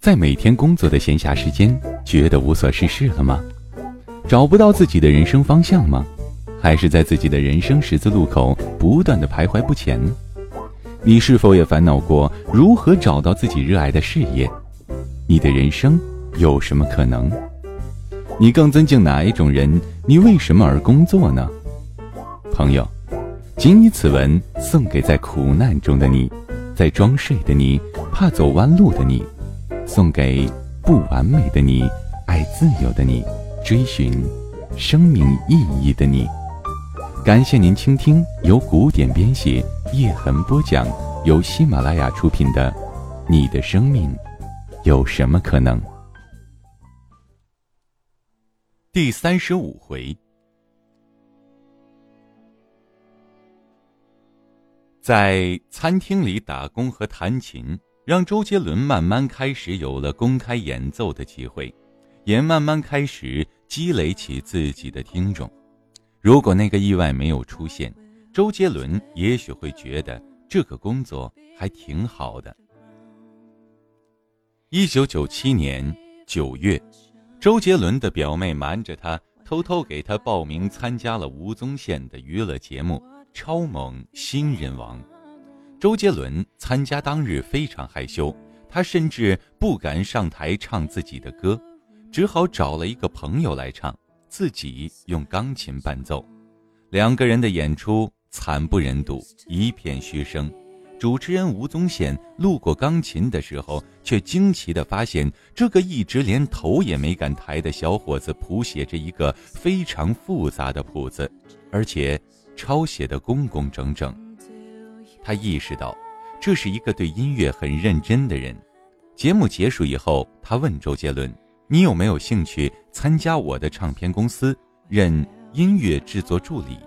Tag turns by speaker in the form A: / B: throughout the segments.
A: 在每天工作的闲暇时间，觉得无所事事了吗？找不到自己的人生方向吗？还是在自己的人生十字路口不断的徘徊不前？你是否也烦恼过如何找到自己热爱的事业？你的人生有什么可能？你更尊敬哪一种人？你为什么而工作呢？朋友，谨以此文送给在苦难中的你，在装睡的你，怕走弯路的你，送给不完美的你，爱自由的你，追寻生命意义的你。感谢您倾听由古典编写，叶痕播讲，由喜马拉雅出品的《你的生命有什么可能》第35回。在餐厅里打工和弹琴，让周杰伦慢慢开始有了公开演奏的机会，也慢慢开始积累起自己的听众。如果那个意外没有出现，周杰伦也许会觉得这个工作还挺好的。1997年9月，周杰伦的表妹瞒着他，偷偷给他报名参加了吴宗宪的娱乐节目《超猛新人王》。周杰伦参加当日非常害羞，他甚至不敢上台唱自己的歌，只好找了一个朋友来唱，自己用钢琴伴奏。两个人的演出惨不忍睹，一片嘘声。主持人吴宗宪路过钢琴的时候，却惊奇地发现这个一直连头也没敢抬的小伙子谱写着一个非常复杂的谱子，而且抄写得工工整整。他意识到这是一个对音乐很认真的人。节目结束以后，他问周杰伦，你有没有兴趣参加我的唱片公司，任音乐制作助理？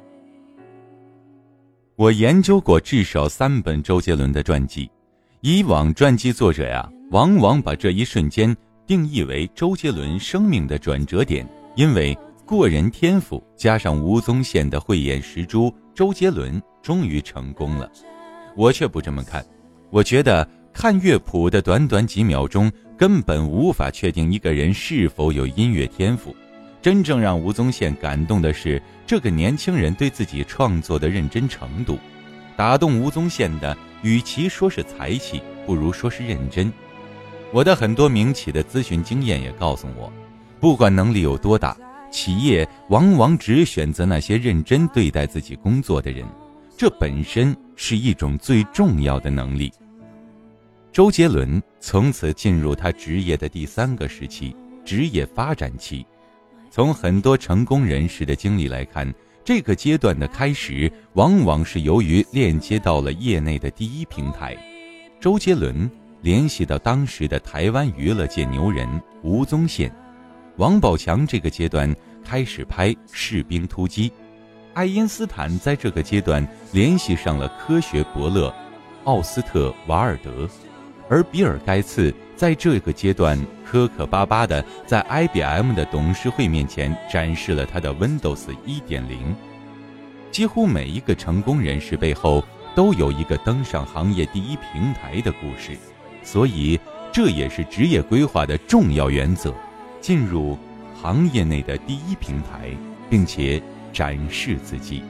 A: 我研究过至少3本周杰伦的传记，以往传记作者呀，往往把这一瞬间定义为周杰伦生命的转折点，因为过人天赋加上吴宗宪的慧眼识珠，周杰伦终于成功了。我却不这么看，我觉得看乐谱的短短几秒钟根本无法确定一个人是否有音乐天赋。真正让吴宗宪感动的是这个年轻人对自己创作的认真程度。打动吴宗宪的与其说是才气，不如说是认真。我的很多民企的咨询经验也告诉我，不管能力有多大，企业往往只选择那些认真对待自己工作的人，这本身是一种最重要的能力。周杰伦从此进入他职业的第3个时期，职业发展期。从很多成功人士的经历来看，这个阶段的开始往往是由于链接到了业内的第一平台。周杰伦联系到当时的台湾娱乐界牛人吴宗宪，王宝强这个阶段开始拍《士兵突击》，爱因斯坦在这个阶段联系上了科学伯乐奥斯特瓦尔德，而比尔盖茨在这个阶段磕磕巴巴地在 IBM 的董事会面前展示了他的 Windows 1.0。 几乎每一个成功人士背后都有一个登上行业第一平台的故事，所以这也是职业规划的重要原则，进入行业内的第一平台，并且展示自己。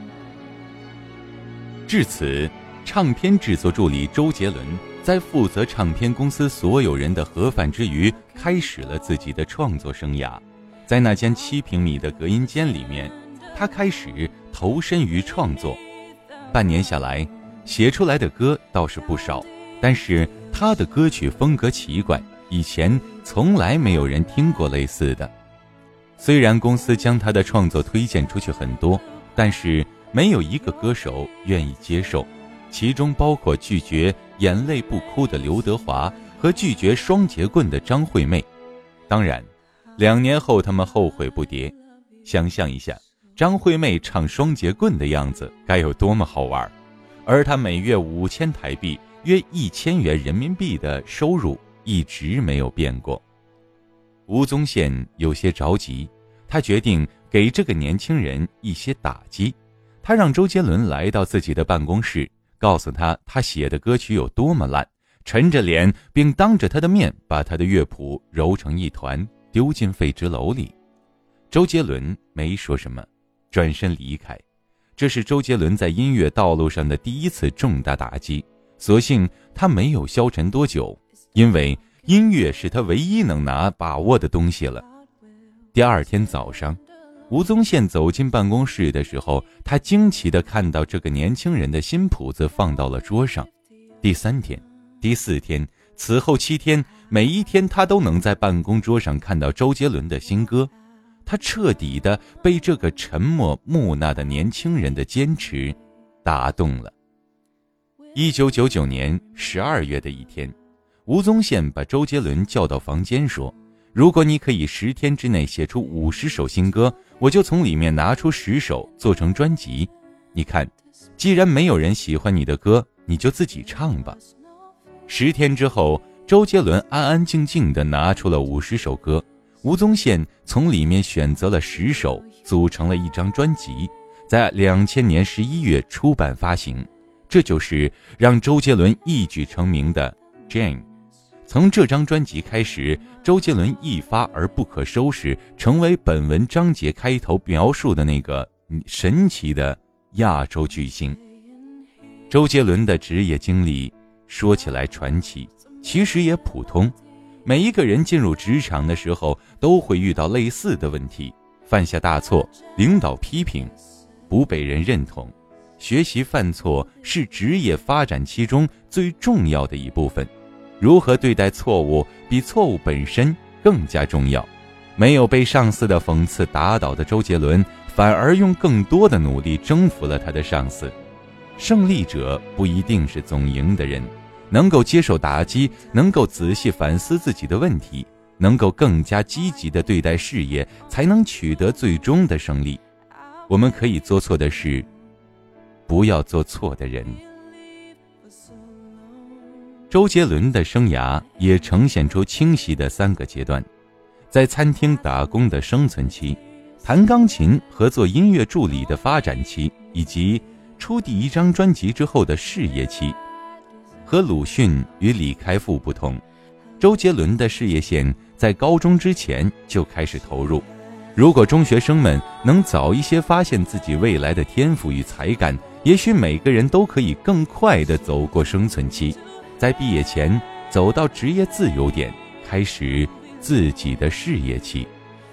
A: 至此，唱片制作助理周杰伦在负责唱片公司所有人的盒饭之余，开始了自己的创作生涯。在那间7平米的隔音间里面，他开始投身于创作。半年下来，写出来的歌倒是不少，但是他的歌曲风格奇怪，以前从来没有人听过类似的。虽然公司将他的创作推荐出去很多，但是没有一个歌手愿意接受，其中包括拒绝眼泪不哭的刘德华和拒绝双节棍的张惠妹。当然2年后他们后悔不迭。想象一下张惠妹唱双节棍的样子该有多么好玩，而她每月5000台币约1000元人民币的收入一直没有变过。吴宗宪有些着急，他决定给这个年轻人一些打击。他让周杰伦来到自己的办公室，告诉他写的歌曲有多么烂， 沉着脸并当着他的面把他的乐谱揉成一团丢进废纸篓里。周杰伦没说什么，转身离开。这是周杰伦在音乐道路上的第一次重大打击，所幸他没有消沉多久，因为音乐是他唯一能把握的东西了。第二天早上，吴宗宪走进办公室的时候，他惊奇地看到这个年轻人的新谱子放到了桌上。第3天、第4天，此后7天，每一天他都能在办公桌上看到周杰伦的新歌。他彻底地被这个沉默木讷的年轻人的坚持打动了。1999年12月的一天，吴宗宪把周杰伦叫到房间说，如果你可以10天之内写出50首新歌，我就从里面拿出10首做成专辑。你看，既然没有人喜欢你的歌，你就自己唱吧。10天之后，周杰伦安安静静地拿出了50首歌，吴宗宪从里面选择了10首，组成了一张专辑，在2000年11月出版发行。这就是让周杰伦一举成名的 Jane。 从这张专辑开始，周杰伦一发而不可收拾，成为本文章节开头描述的那个神奇的亚洲巨星。周杰伦的职业经历说起来传奇，其实也普通。每一个人进入职场的时候都会遇到类似的问题，犯下大错，领导批评，不被人认同。学习犯错是职业发展期中最重要的一部分，如何对待错误比错误本身更加重要。没有被上司的讽刺打倒的周杰伦，反而用更多的努力征服了他的上司。胜利者不一定是总赢的人，能够接受打击，能够仔细反思自己的问题，能够更加积极地对待事业，才能取得最终的胜利。我们可以做错的事，不要做错的人。周杰伦的生涯也呈现出清晰的3个阶段，在餐厅打工的生存期，弹钢琴和做音乐助理的发展期，以及出第1张专辑之后的事业期。和鲁迅与李开复不同，周杰伦的事业线在高中之前就开始投入。如果中学生们能早一些发现自己未来的天赋与才干，也许每个人都可以更快地走过生存期，在毕业前走到职业自由点，开始自己的事业期。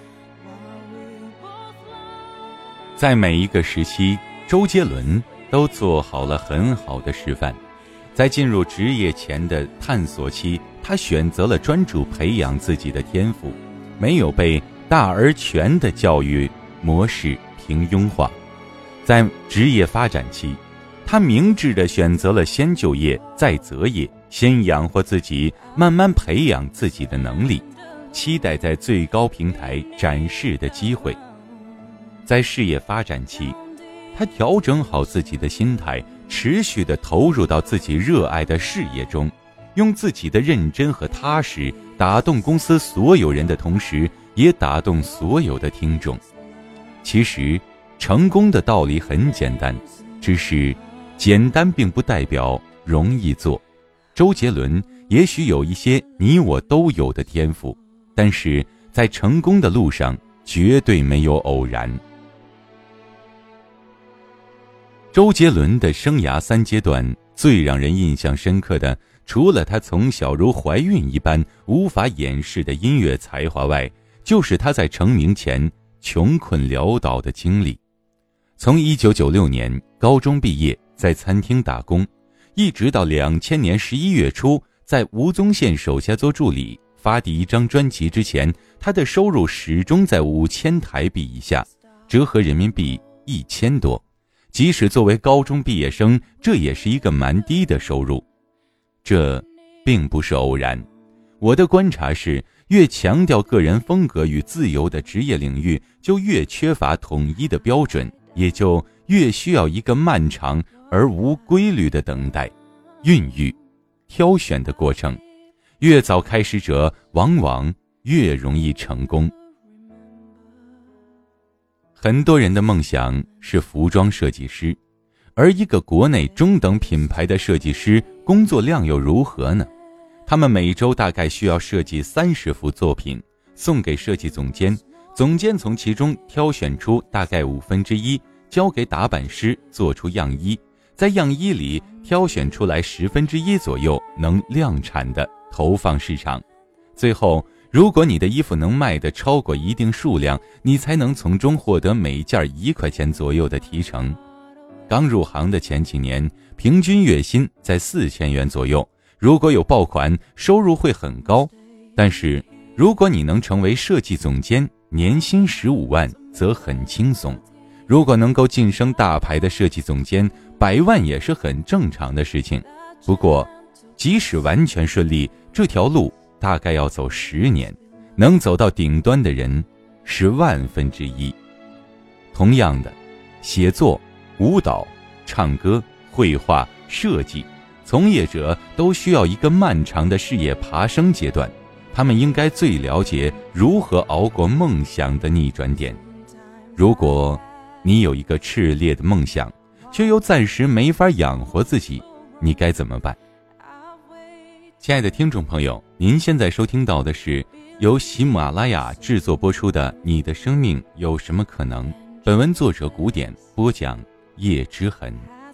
A: 在每一个时期，周杰伦都做好了很好的示范。在进入职业前的探索期，他选择了专注培养自己的天赋，没有被大而全的教育模式平庸化。在职业发展期，他明智地选择了先就业再择业，先养活自己，慢慢培养自己的能力，期待在最高平台展示的机会。在事业发展期，他调整好自己的心态，持续地投入到自己热爱的事业中，用自己的认真和踏实打动公司所有人的同时，也打动所有的听众。其实成功的道理很简单，只是简单并不代表容易做。周杰伦也许有一些你我都有的天赋，但是在成功的路上绝对没有偶然。周杰伦的生涯3阶段，最让人印象深刻的，除了他从小如怀孕一般无法掩饰的音乐才华外，就是他在成名前穷困潦倒的经历。从1996年高中毕业，在餐厅打工，一直到2000年11月初，在吴宗宪手下做助理，发第1张专辑之前，他的收入始终在5000台币以下，折合人民币1000多。即使作为高中毕业生，这也是一个蛮低的收入。这并不是偶然。我的观察是，越强调个人风格与自由的职业领域，就越缺乏统一的标准，也就越需要一个漫长而无规律的等待、孕育、挑选的过程。越早开始者，往往越容易成功。很多人的梦想是服装设计师，而一个国内中等品牌的设计师工作量又如何呢？ 他们每周大概需要设计30幅作品，送给设计总监，总监从其中挑选出大概1/5，交给打版师做出样衣，在样衣里挑选出来1/10左右能量产的投放市场。最后，如果你的衣服能卖得超过一定数量，你才能从中获得每件1块钱左右的提成。刚入行的前几年，平均月薪在4000元左右，如果有爆款，收入会很高。但是如果你能成为设计总监，年薪15万则很轻松。如果能够晋升大牌的设计总监，100万也是很正常的事情。不过即使完全顺利，这条路大概要走10年，能走到顶端的人是1/1000。同样的，写作、舞蹈、唱歌、绘画、设计，从业者都需要一个漫长的事业爬升阶段，他们应该最了解如何熬过梦想的逆转点。如果你有一个炽烈的梦想，却又暂时没法养活自己，你该怎么办？亲爱的听众朋友，您现在收听到的是由喜马拉雅制作播出的《你的生命有什么可能》，本文作者古典，播讲叶之痕。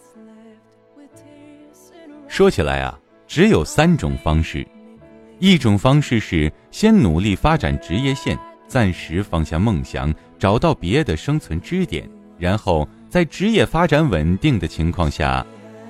A: 说起来啊，只有3种方式。一种方式是先努力发展职业线，暂时放下梦想，找到别的生存支点，然后在职业发展稳定的情况下，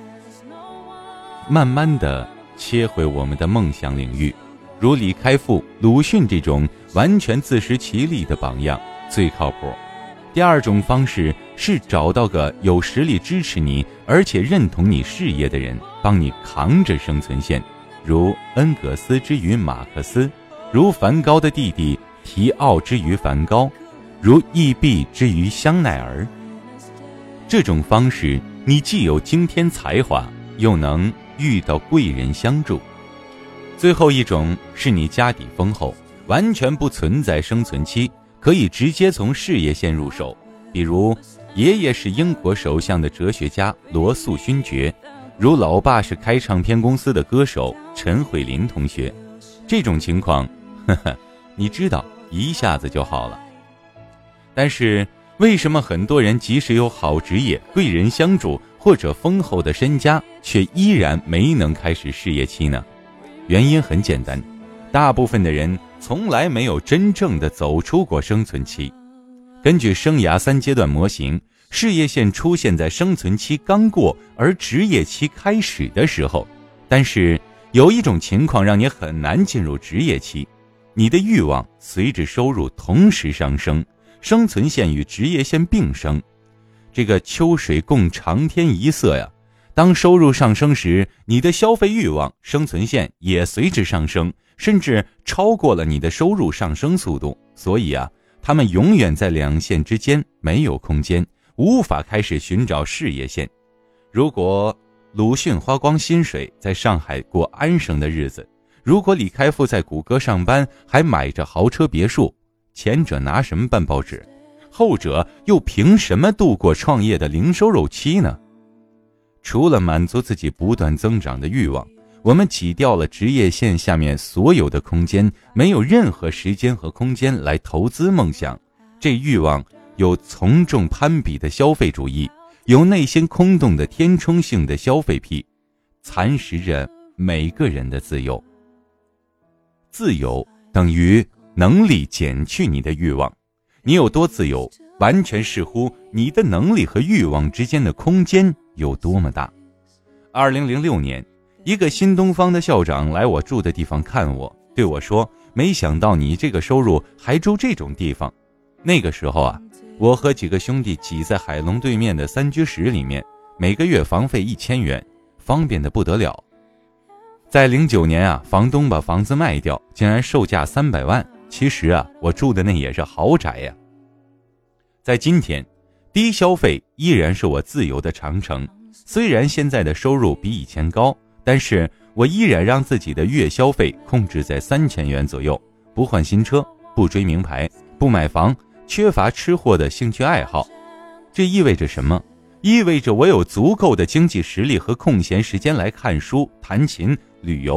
A: 慢慢的切回我们的梦想领域。如李开复、鲁迅这种完全自食其力的榜样最靠谱。第二种方式是找到个有实力支持你而且认同你事业的人，帮你扛着生存线，如恩格斯之于马克思，如梵高的弟弟提奥之于梵高，如易毕之于香奈儿。这种方式你既有惊天才华，又能遇到贵人相助。最后一种是你家底丰厚，完全不存在生存期，可以直接从事业线入手。比如爷爷是英国首相的哲学家罗素勋爵，如老爸是开唱片公司的歌手陈慧琳同学。这种情况你知道一下子就好了。但是为什么很多人即使有好职业、贵人相助或者丰厚的身家，却依然没能开始事业期呢？原因很简单，大部分的人从来没有真正的走出过生存期。根据生涯3阶段模型，事业线出现在生存期刚过而职业期开始的时候。但是有一种情况让你很难进入职业期，你的欲望随着收入同时上升，生存线与职业线并升。这个秋水共长天一色呀，当收入上升时，你的消费欲望生存线也随之上升，甚至超过了你的收入上升速度。所以啊，他们永远在2线之间，没有空间，无法开始寻找事业线。如果鲁迅花光薪水在上海过安生的日子，如果李开复在谷歌上班还买着豪车别墅，前者拿什么办报纸？后者又凭什么度过创业的零收入期呢？除了满足自己不断增长的欲望，我们挤掉了职业线下面所有的空间，没有任何时间和空间来投资梦想。这欲望有从众攀比的消费主义，有内心空洞的填充性的消费癖，蚕食着每个人的自由。自由等于能力减去你的欲望，你有多自由，完全视乎你的能力和欲望之间的空间有多么大。2006年，一个新东方的校长来我住的地方看我，对我说，没想到你这个收入还住这种地方。那个时候啊，我和几个兄弟挤在海龙对面的3居室里面，每个月房费1000元，方便得不得了。在09年啊，房东把房子卖掉，竟然售价300万。其实啊，我住的那也是豪宅呀。在今天，低消费依然是我自由的长城。虽然现在的收入比以前高，但是我依然让自己的月消费控制在3000元左右，不换新车，不追名牌，不买房，缺乏吃货的兴趣爱好。这意味着什么？意味着我有足够的经济实力和空闲时间来看书、弹琴、旅游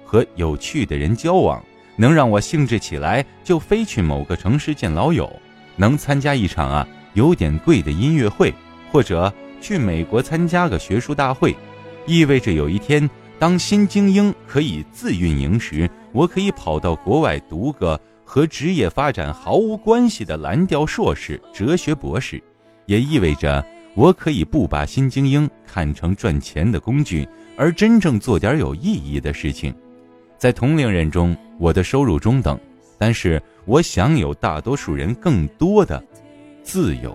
A: 和有趣的人交往，能让我兴致起来就飞去某个城市见老友，能参加一场有点贵的音乐会，或者去美国参加个学术大会，意味着有一天当新精英可以自运营时，我可以跑到国外读个和职业发展毫无关系的蓝调硕士、哲学博士，也意味着我可以不把新精英看成赚钱的工具，而真正做点有意义的事情。在同龄人中，我的收入中等，但是我享有大多数人更多的自由。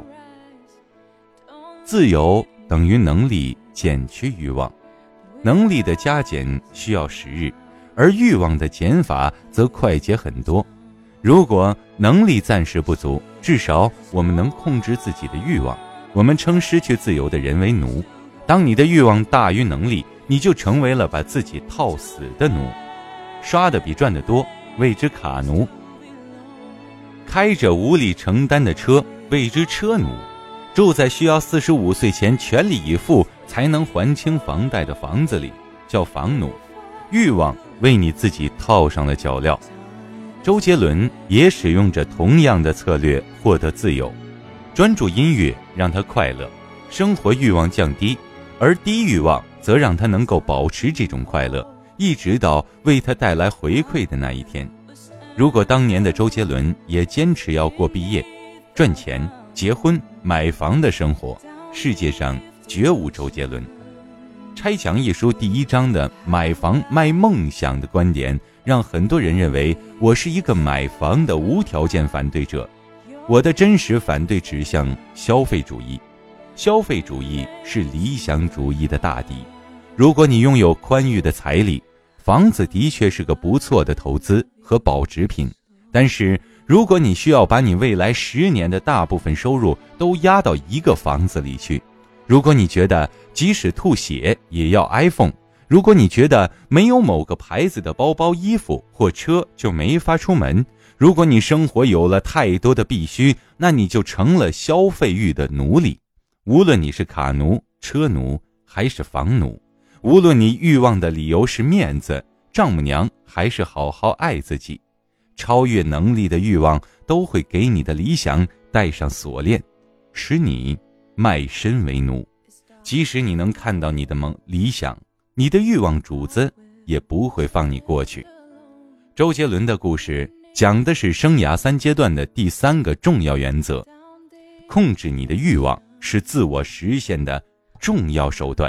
A: 自由等于能力减去欲望，能力的加减需要时日，而欲望的减法则快捷很多。如果能力暂时不足，至少我们能控制自己的欲望。我们称失去自由的人为奴。当你的欲望大于能力，你就成为了把自己套死的奴。刷的比赚的多，谓之卡奴；开着无力承担的车，谓之车奴；住在需要45岁前全力以赴才能还清房贷的房子里，叫房奴。欲望为你自己套上了脚镣。周杰伦也使用着同样的策略获得自由，专注音乐让他快乐，生活欲望降低，而低欲望则让他能够保持这种快乐，一直到为他带来回馈的那一天。如果当年的周杰伦也坚持要过毕业、赚钱、结婚、买房的生活，世界上绝无周杰伦。拆墙一书第1章的买房卖梦想的观点，让很多人认为我是一个买房的无条件反对者。我的真实反对指向消费主义。消费主义是理想主义的大敌。如果你拥有宽裕的财力，房子的确是个不错的投资和保值品。但是如果你需要把你未来10年的大部分收入都压到一个房子里去，如果你觉得即使吐血也要 iPhone， 如果你觉得没有某个牌子的包包、衣服或车就没法出门，如果你生活有了太多的必须，那你就成了消费欲的奴隶。无论你是卡奴、车奴还是房奴，无论你欲望的理由是面子、丈母娘还是好好爱自己，超越能力的欲望都会给你的理想带上锁链，使你卖身为奴。即使你能看到你的理想，你的欲望主子也不会放你过去。周杰伦的故事讲的是生涯3阶段的第3个重要原则：控制你的欲望是自我实现的重要手段。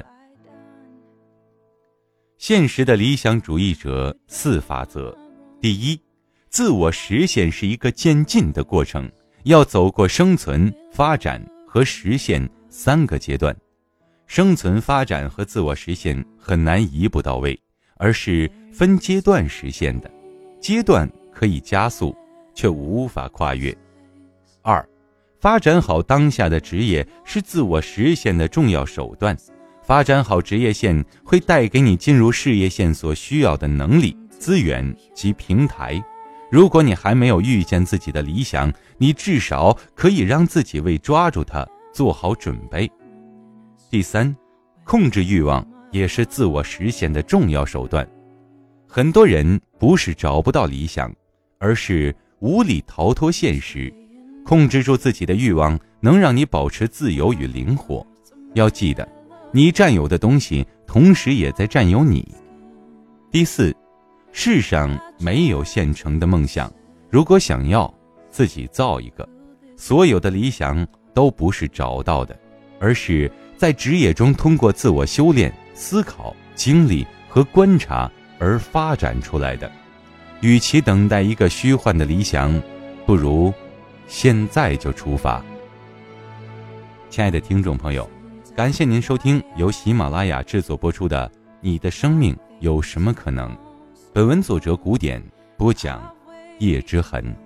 A: 现实的理想主义者4法则。第一，自我实现是一个渐进的过程，要走过生存、发展和实现3个阶段。生存、发展和自我实现很难一步到位，而是分阶段实现的。阶段可以加速，却无法跨越。2，发展好当下的职业是自我实现的重要手段。发展好职业线会带给你进入事业线所需要的能力、资源及平台。如果你还没有遇见自己的理想，你至少可以让自己为抓住它做好准备。第3，控制欲望也是自我实现的重要手段。很多人不是找不到理想，而是无力逃脱现实。控制住自己的欲望能让你保持自由与灵活。要记得，你占有的东西同时也在占有你。第4，世上没有现成的梦想，如果想要，自己造一个。所有的理想都不是找到的，而是在职业中通过自我修炼、思考、经历和观察而发展出来的。与其等待一个虚幻的理想，不如现在就出发。亲爱的听众朋友，感谢您收听由喜马拉雅制作播出的《你的生命有什么可能》。本文作者古典，播讲叶之痕。